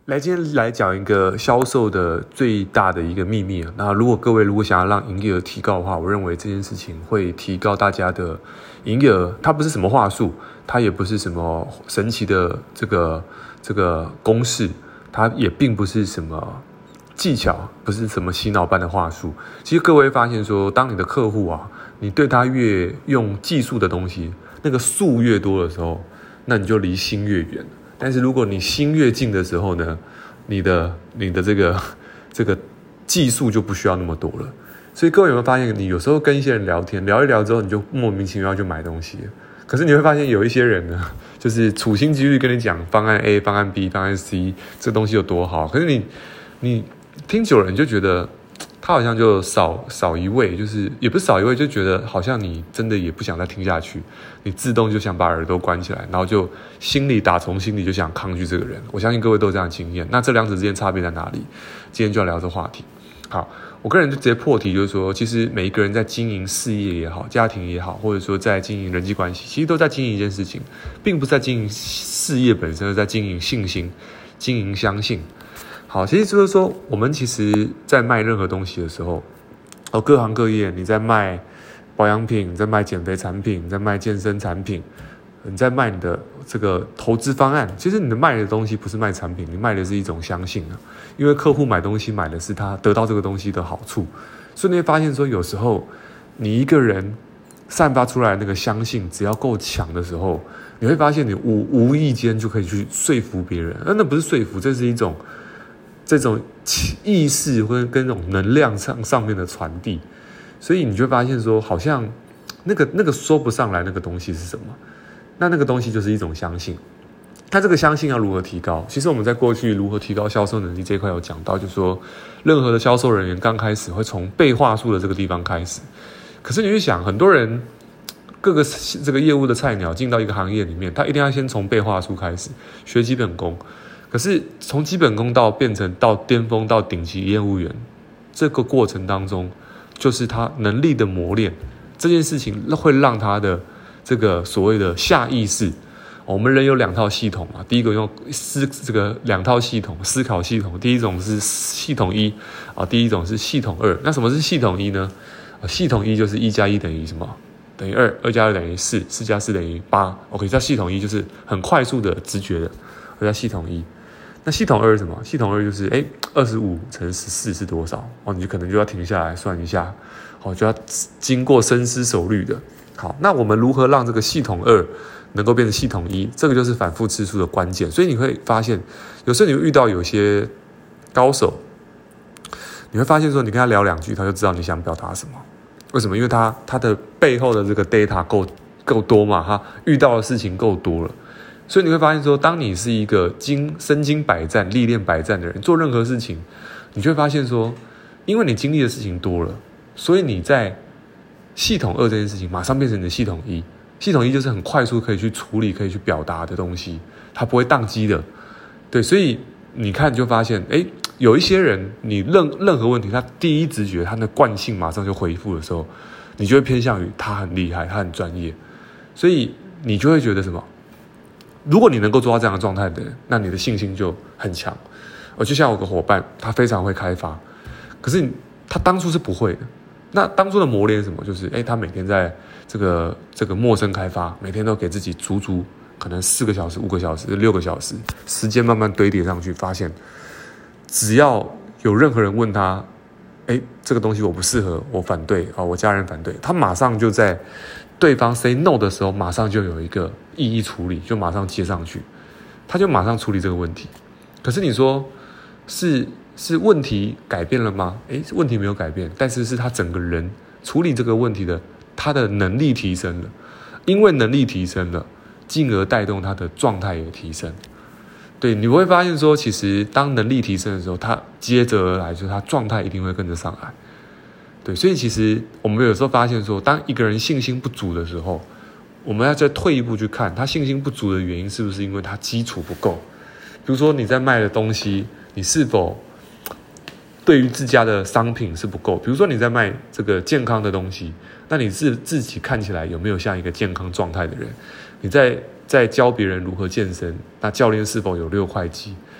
今天来讲一个销售的最大的一个秘密。那各位如果想要让营业额提高的话，我认为这件事情会提高大家的营业额。它不是什么话术，它也不是什么神奇的这个公式，它也并不是什么技巧，不是什么洗脑般的话术。其实各位发现说，当你的客户你对他越用技术的东西，那个术越多的时候，那你就离心越远。但是如果你心越近的时候呢，你的这个技术就不需要那么多了。所以各位有没有发现，你有时候跟一些人聊天，聊一聊之后，你就莫名其妙就买东西了。可是你会发现有一些人呢，就是处心积虑跟你讲方案 A、方案 B、方案 C 这东西有多好，可是你听久了，你就觉得他好像就少一味，就是也不是少一味，就觉得好像你真的也不想再听下去，你自动就想把耳朵关起来，然后就从心里就想抗拒这个人。我相信各位都有这样的经验。那这两者之间差别在哪里？今天就要聊这话题。好，我个人就直接破题，就是说，其实每一个人在经营事业也好，家庭也好，或者说在经营人际关系，其实都在经营一件事情，并不是在经营事业本身，而在经营信心，经营相信。好，其实就是说，我们其实在卖任何东西的时候，各行各业，你在卖保养品，你在卖减肥产品，你在卖健身产品，你在卖你的这个投资方案，其实你的卖的东西不是卖产品，你卖的是一种相信因为客户买东西买的是他得到这个东西的好处，所以你会发现说，有时候你一个人散发出来的那个相信，只要够强的时候，你会发现你无意间就可以去说服别人。那不是说服，这是一种这种意识或跟那种能量上面的传递，所以你就会发现说，好像那个说不上来那个东西是什么，那个东西就是一种相信。它这个相信要如何提高？其实我们在过去如何提高销售能力这一块有讲到，就是说任何的销售人员刚开始会从背话术的这个地方开始。可是你去想，很多人各个这个业务的菜鸟进到一个行业里面，他一定要先从背话术开始学基本功。可是从基本功变成到巅峰到顶级业务员，这个过程当中，就是他能力的磨练。这件事情会让他的这个所谓的下意识，我们人有两套系统嘛，第一个用这个两套系统思考系统，第一种是系统一第一种是系统二。那什么是系统一呢？系统一就是1+1等于什么？等于2，2+2等于4，4+4等于8。OK， 在系统一就是很快速的直觉的，叫系统一。那系统二是什么？系统二就是25乘14是多少？你就可能就要停下来算一下，就要经过深思熟虑的。好，那我们如何让这个系统二能够变成系统一？这个就是反复次数的关键。所以你会发现，有时候你会遇到有些高手，你会发现说，你跟他聊2句，他就知道你想表达什么。为什么？因为他的背后的这个 data 够多嘛，他遇到的事情够多了。所以你会发现说，当你是一个身经百战、历练百战的人，做任何事情，你就会发现说，因为你经历的事情多了，所以你在系统二这件事情马上变成你的系统一。系统一就是很快速可以去处理、可以去表达的东西，它不会宕机的。对，所以你看就发现，有一些人，你任何问题，他第一直觉他的惯性马上就回复的时候，你就会偏向于他很厉害，他很专业，所以你就会觉得什么？如果你能够做到这样的状态的人，那你的信心就很强。就像我有个伙伴，他非常会开发，可是他当初是不会的。那当初的磨练是什么？就是他每天在这个陌生开发，每天都给自己足可能4个小时、5个小时、6个小时，时间慢慢堆叠上去，发现只要有任何人问他，这个东西我不适合，我反对我家人反对，他马上就在对方 say no 的时候，马上就有一个一一处理，就马上接上去，他就马上处理这个问题。可是你说是问题改变了吗？问题没有改变，但是他整个人处理这个问题的他的能力提升了，因为能力提升了，进而带动他的状态也提升。对，你会发现说，其实当能力提升的时候，他接着而来就是他状态一定会跟着上来。对，所以其实我们有时候发现说，当一个人信心不足的时候，我们要再退一步去看他信心不足的原因是不是因为他基础不够。比如说你在卖的东西，你是否对于自家的商品是不够？比如说你在卖这个健康的东西，那你自己看起来有没有像一个健康状态的人？你在教别人如何健身，那教练是否有6块肌？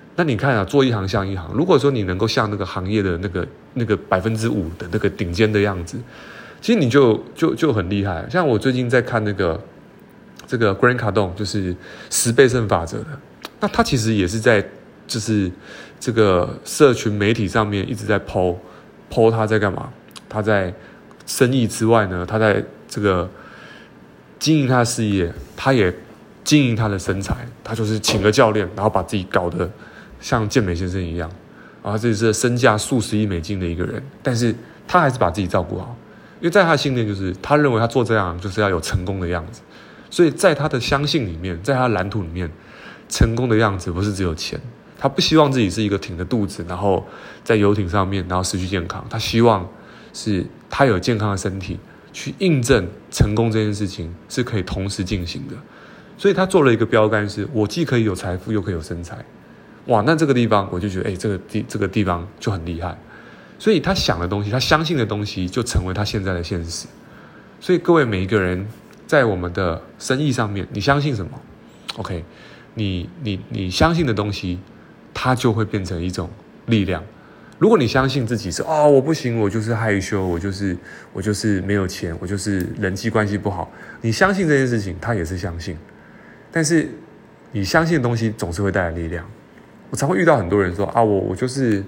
那你看啊，做一行像一行。如果说你能够像那个行业的那个5%的那个顶尖的样子，其实你就很厉害。像我最近在看这个 Grant Cardone， 就是10倍胜法则的，那他其实也是在就是这个社群媒体上面一直在 po 他在干嘛？他在生意之外呢，他在这个经营他的事业，他也经营他的身材，他就是请个教练，然后把自己搞得像健美先生一样，然后这是身价数十亿美金的一个人，但是他还是把自己照顾好，因为在他的信念就是他认为他做这样就是要有成功的样子，所以在他的相信里面，在他的蓝图里面，成功的样子不是只有钱，他不希望自己是一个挺着肚子，然后在游艇上面，然后失去健康，他希望是他有健康的身体去印证成功这件事情是可以同时进行的，所以他做了一个标杆是，我既可以有财富，又可以有身材。哇，那这个地方我就觉得，这个地方就很厉害。所以他想的东西，他相信的东西，就成为他现在的现实。所以各位每一个人在我们的生意上面，你相信什么 ？OK， 你相信的东西，它就会变成一种力量。如果你相信自己是我不行，我就是害羞，我就是没有钱，我就是人际关系不好，你相信这件事情，他也是相信。但是你相信的东西总是会带来力量。我常会遇到很多人说我就是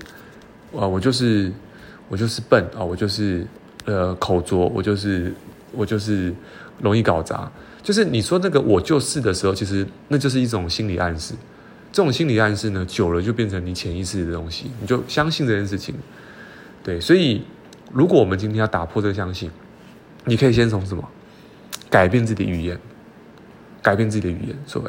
笨我就是口拙，我就是容易搞砸。就是你说那个我就是的时候，其实那就是一种心理暗示。这种心理暗示呢，久了就变成你潜意识的东西，你就相信这件事情。对，所以如果我们今天要打破这个相信，你可以先从什么？改变自己的语言，改变自己的语言，说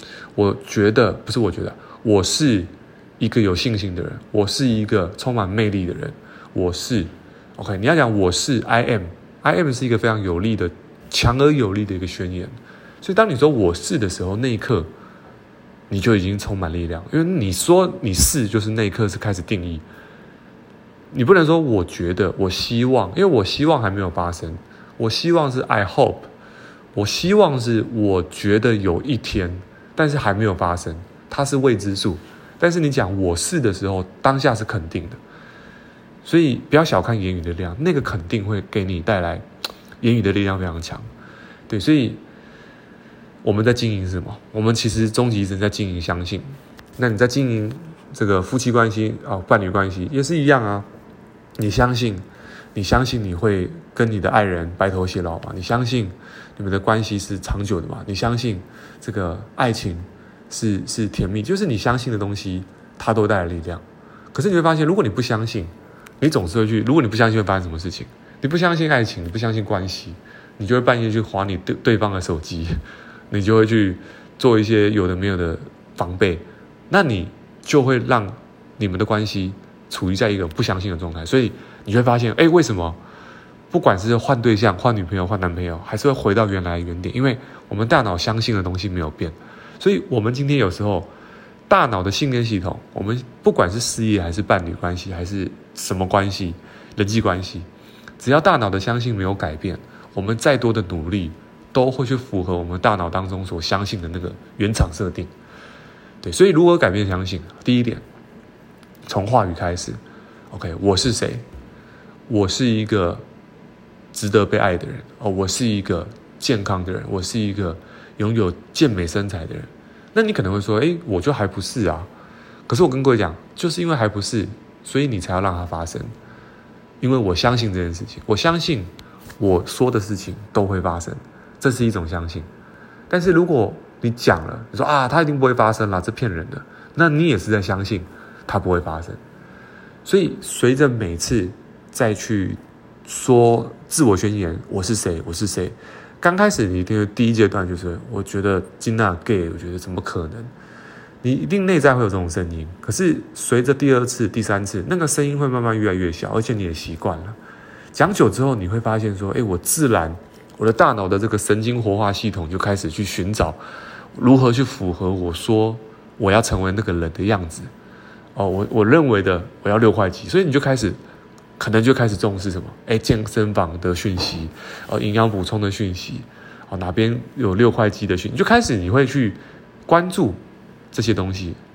我是一个有信心的人，我是一个充满魅力的人，我是 OK。你要讲我是 I am 是一个非常有力的、强而有力的一个宣言。所以当你说我是的时候，那一刻你就已经充满力量，因为你说你是，就是那一刻是开始定义。你不能说我觉得，我希望，因为我希望还没有发生，我希望是 I hope， 我希望是我觉得有一天，但是还没有发生，它是未知数。但是你讲我是的时候，当下是肯定的，所以不要小看言语的力量，那个肯定会给你带来言语的力量非常强。对，所以我们在经营什么？我们其实终极一生在经营相信。那你在经营这个夫妻关系伴侣关系也是一样啊。你相信你会跟你的爱人白头偕老吗？你相信你们的关系是长久的吗？你相信这个爱情是甜蜜？就是你相信的东西，它都带来力量。可是你会发现，如果你不相信，你总是会去。如果你不相信，会发生什么事情？你不相信爱情，你不相信关系，你就会半夜去滑你对方的手机，你就会去做一些有的没有的防备，那你就会让你们的关系处于在一个不相信的状态。所以你会发现，为什么不管是换对象、换女朋友、换男朋友，还是会回到原来的原点？因为我们大脑相信的东西没有变。所以我们今天有时候大脑的信念系统，我们不管是事业还是伴侣关系还是什么关系、人际关系，只要大脑的相信没有改变，我们再多的努力都会去符合我们大脑当中所相信的那个原厂设定。对，所以如何改变相信？第一点，从话语开始。OK， 我是谁？我是一个值得被爱的人我是一个健康的人，我是一个拥有健美身材的人。那你可能会说，我就还不是啊。可是我跟各位讲，就是因为还不是，所以你才要让它发生。因为我相信这件事情，我相信我说的事情都会发生，这是一种相信。但是如果你讲了，你说它一定不会发生啦，这骗人的，那你也是在相信它不会发生。所以随着每次再去说自我宣言，我是谁，我是谁。刚开始你一定第一阶段就是我觉得金娜 gay， 我觉得怎么可能？你一定内在会有这种声音。可是随着第二次、第三次，那个声音会慢慢越来越小，而且你也习惯了。讲久之后，你会发现说，我自然我的大脑的这个神经活化系统就开始去寻找如何去符合我说我要成为那个人的样子。我认为的我要6块肌，所以你就可能开始重视什么？健身房的讯息，营养补充的讯息，哪边有6块肌的讯息，你就开始你会去关注这些东西。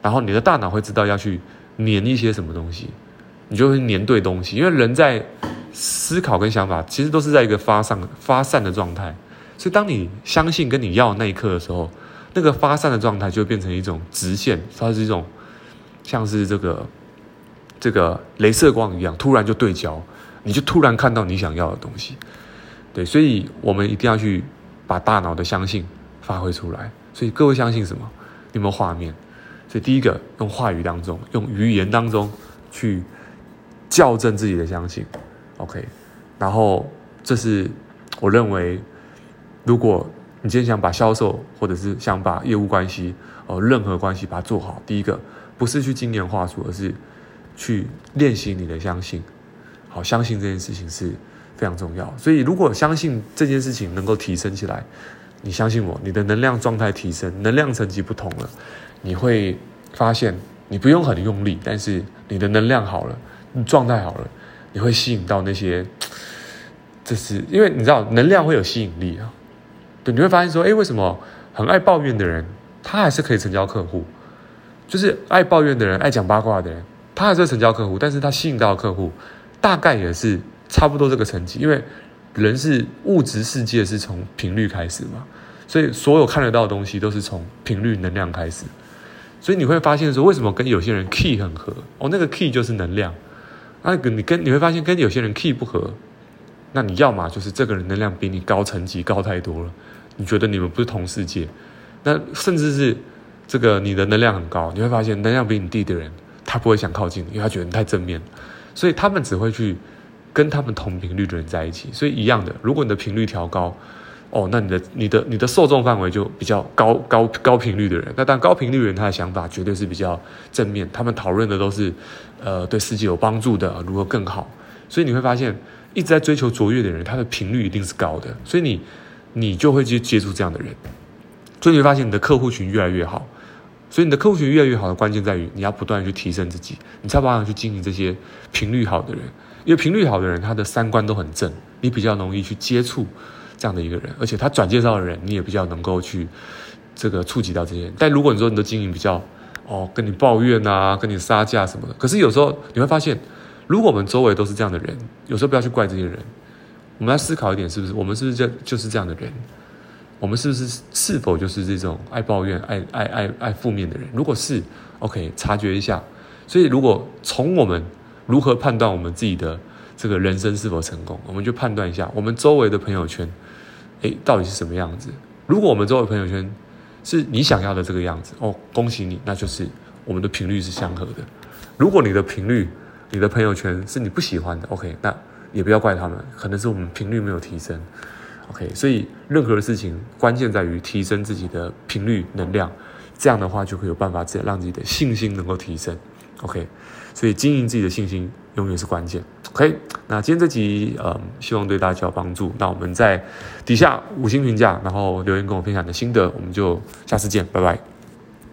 然后你的大脑会知道要去粘一些什么东西，你就会粘对东西。因为人在思考跟想法其实都是在一个发散的状态，所以当你相信跟你要的那一刻的时候，那个发散的状态就会变成一种直线，它是一种像是这个雷射光一样，突然就对焦，你就突然看到你想要的东西。对，所以我们一定要去把大脑的相信发挥出来。所以各位相信什么？你有没有画面？所以第一个，用话语当中，用语言当中去校正自己的相信。OK， 然后这是我认为，如果你今天想把销售或者是想把业务关系任何关系把它做好，第一个不是去精研话术，而是去练习你的相信。好，相信这件事情是非常重要。所以如果相信这件事情能够提升起来，你相信我，你的能量状态提升，能量层级不同了，你会发现你不用很用力，但是你的能量好了，你状态好了，你会吸引到那些，这是因为你知道能量会有吸引力啊。对，你会发现说，为什么很爱抱怨的人，他还是可以成交客户？就是爱抱怨的人，爱讲八卦的人，他还是会成交客户，但是他吸引到的客户大概也是差不多这个层级，因为人是物质世界是从频率开始嘛，所以所有看得到的东西都是从频率能量开始。所以你会发现说，为什么跟有些人 key 很合？那个 key 就是能量。你会发现跟有些人 key 不合，那你要嘛就是这个人能量比你高层级高太多了，你觉得你们不是同世界，那甚至是这个你的能量很高，你会发现能量比你低的人，他不会想靠近你，因为他觉得你太正面，所以他们只会去跟他们同频率的人在一起。所以一样的，如果你的频率调高，那你的受众范围就比较高频率的人。那当然高频率的人他的想法绝对是比较正面，他们讨论的都是对世界有帮助的，如何更好。所以你会发现一直在追求卓越的人，他的频率一定是高的，所以你就会去接触这样的人，所以你会发现你的客户群越来越好。所以你的客户群越来越好的关键在于你要不断的去提升自己，你才有办法去经营这些频率好的人。因为频率好的人他的三观都很正，你比较容易去接触这样的一个人，而且他转介绍的人你也比较能够去这个触及到这些人。但如果你说你的经营比较跟你抱怨啊，跟你杀价什么的，可是有时候你会发现，如果我们周围都是这样的人，有时候不要去怪这些人，我们要思考一点，是不是我们是不是就是这样的人？我们是否就是这种爱抱怨、爱负面的人？如果是 ，OK， 察觉一下。所以，如果从我们如何判断我们自己的这个人生是否成功，我们就判断一下我们周围的朋友圈，到底是什么样子？如果我们周围的朋友圈是你想要的这个样子，恭喜你，那就是我们的频率是相合的。如果你的频率、你的朋友圈是你不喜欢的 ，OK， 那也不要怪他们，可能是我们频率没有提升。OK， 所以任何的事情关键在于提升自己的频率能量，这样的话就会有办法让自己的信心能够提升。OK， 所以经营自己的信心永远是关键。OK， 那今天这集希望对大家有帮助。那我们在底下5星评价，然后留言跟我分享你的心得，我们就下次见，拜拜。